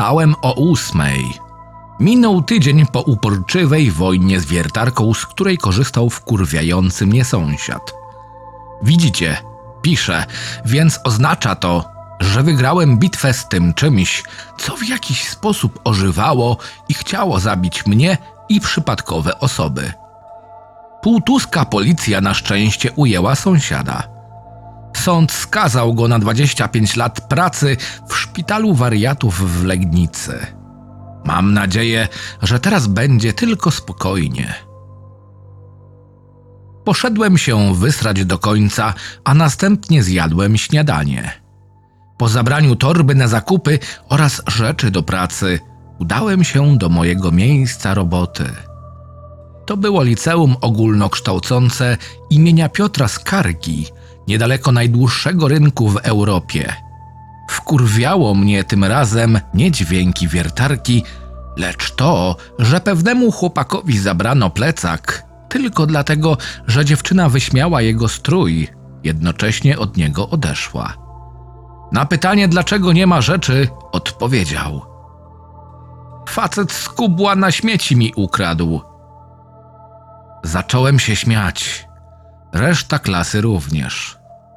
Wstałem o 8. Minął tydzień po uporczywej wojnie z wiertarką, z której korzystał wkurwiający mnie sąsiad. Widzicie, pisze, więc oznacza to, że wygrałem bitwę z tym czymś, co w jakiś sposób ożywało i chciało zabić mnie i przypadkowe osoby. Półtuska policja na szczęście ujęła sąsiada. Sąd skazał go na 25 lat pracy w szpitalu wariatów w Legnicy. Mam nadzieję, że teraz będzie tylko spokojnie. Poszedłem się wysrać do końca, a następnie zjadłem śniadanie. Po zabraniu torby na zakupy oraz rzeczy do pracy udałem się do mojego miejsca roboty. To było liceum ogólnokształcące imienia Piotra Skargi, niedaleko najdłuższego rynku w Europie. Wkurwiało mnie tym razem nie dźwięki wiertarki, lecz to, że pewnemu chłopakowi zabrano plecak tylko dlatego, że dziewczyna wyśmiała jego strój, jednocześnie od niego odeszła. Na pytanie, dlaczego nie ma rzeczy, odpowiedział: facet z kubła na śmieci mi ukradł. Zacząłem się śmiać. Reszta klasy również.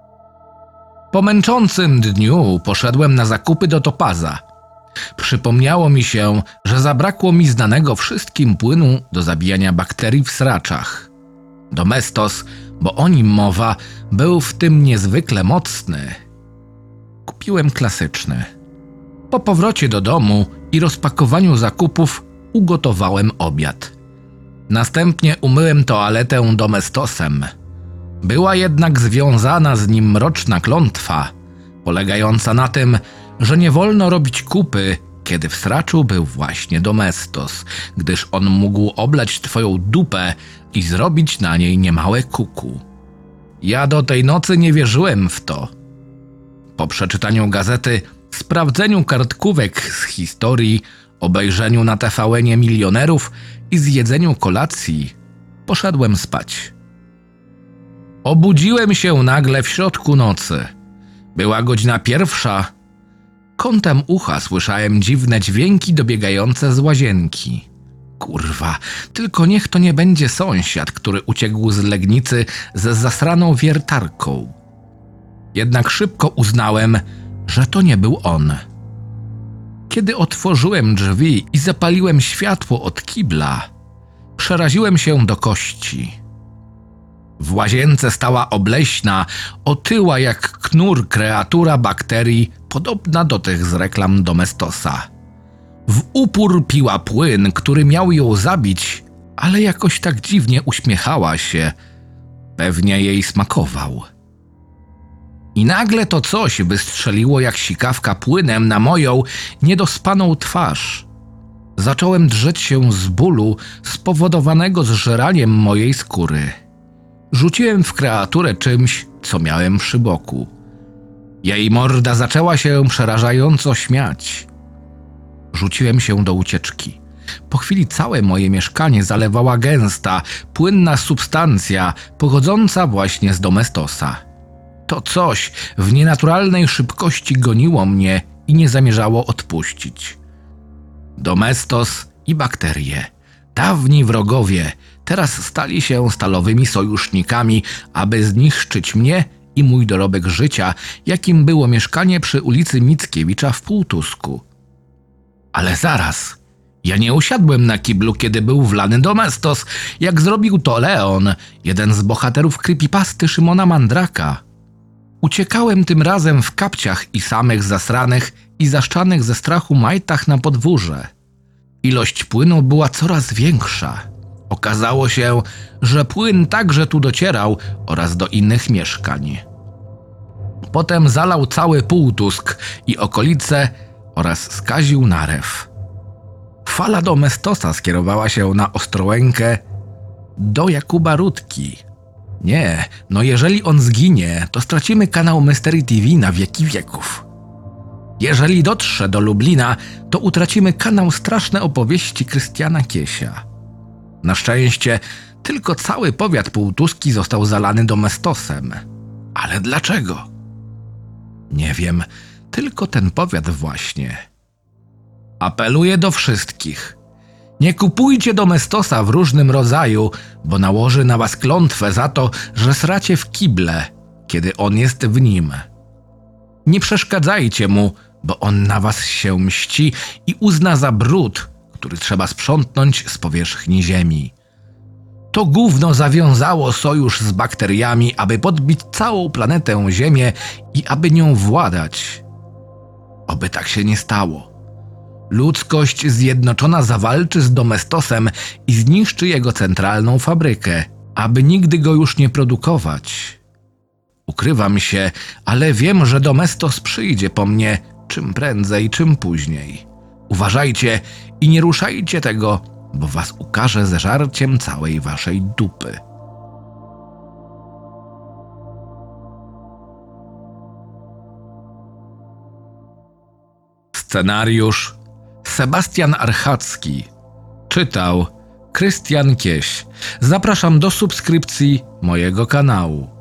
Po męczącym dniu poszedłem na zakupy do Topaza. Przypomniało mi się, że zabrakło mi znanego wszystkim płynu do zabijania bakterii w sraczach. Domestos, bo o nim mowa, był w tym niezwykle mocny. Kupiłem klasyczny. Po powrocie do domu i rozpakowaniu zakupów ugotowałem obiad. Następnie umyłem toaletę domestosem. Była jednak związana z nim mroczna klątwa, polegająca na tym, że nie wolno robić kupy, kiedy w sraczu był właśnie domestos, gdyż on mógł oblać twoją dupę i zrobić na niej niemałe kuku. Ja do tej nocy nie wierzyłem w to. Po przeczytaniu gazety, sprawdzeniu kartkówek z historii, obejrzeniu na TVN-ie milionerów i zjedzeniu kolacji, poszedłem spać. Obudziłem się nagle w środku nocy. Była godzina 1. Kątem ucha słyszałem dziwne dźwięki dobiegające z łazienki. Kurwa, tylko niech to nie będzie sąsiad, który uciekł z Legnicy ze zasraną wiertarką. Jednak szybko uznałem, że to nie był on. Kiedy otworzyłem drzwi i zapaliłem światło od kibla, przeraziłem się do kości. W łazience stała obleśna, otyła jak knur kreatura bakterii, podobna do tych z reklam Domestosa. W upór piła płyn, który miał ją zabić, ale jakoś tak dziwnie uśmiechała się. Pewnie jej smakował. I nagle to coś wystrzeliło jak sikawka płynem na moją niedospaną twarz. Zacząłem drzeć się z bólu spowodowanego zżeraniem mojej skóry. Rzuciłem w kreaturę czymś, co miałem przy boku. Jej morda zaczęła się przerażająco śmiać. Rzuciłem się do ucieczki. Po chwili całe moje mieszkanie zalewała gęsta, płynna substancja pochodząca właśnie z Domestosa. To coś w nienaturalnej szybkości goniło mnie i nie zamierzało odpuścić. Domestos i bakterie, dawni wrogowie, teraz stali się stalowymi sojusznikami, aby zniszczyć mnie i mój dorobek życia, jakim było mieszkanie przy ulicy Mickiewicza w Półtusku. Ale zaraz, ja nie usiadłem na kiblu, kiedy był wlany Domestos, jak zrobił to Leon, jeden z bohaterów creepypasty Szymona Mandraka. Uciekałem tym razem w kapciach i samych zasranych i zaszczanych ze strachu majtach na podwórze. Ilość płynu była coraz większa. Okazało się, że płyn także tu docierał oraz do innych mieszkań. Potem zalał cały Półtusk i okolice oraz skaził narew. Fala Domestosa skierowała się na Ostrołękę do Jakuba Rutki. Nie, no jeżeli on zginie, to stracimy kanał Mystery TV na wieki wieków. Jeżeli dotrze do Lublina, to utracimy kanał Straszne Opowieści Krystiana Kiesia. Na szczęście tylko cały powiat półtuski został zalany Domestosem. Ale dlaczego? Nie wiem, tylko ten powiat właśnie. Apeluję do wszystkich. Nie kupujcie Domestosa w różnym rodzaju, bo nałoży na was klątwę za to, że sracie w kible, kiedy on jest w nim. Nie przeszkadzajcie mu, bo on na was się mści i uzna za brud, który trzeba sprzątnąć z powierzchni ziemi. To gówno zawiązało sojusz z bakteriami, aby podbić całą planetę Ziemię i aby nią władać. Oby tak się nie stało. Ludzkość zjednoczona zawalczy z Domestosem i zniszczy jego centralną fabrykę, aby nigdy go już nie produkować. Ukrywam się, ale wiem, że Domestos przyjdzie po mnie czym prędzej, czym później. Uważajcie i nie ruszajcie tego, bo was ukaże zeżarciem całej waszej dupy. Scenariusz Sebastian Archacki. Czytał Krystian Kieś. Zapraszam do subskrypcji mojego kanału.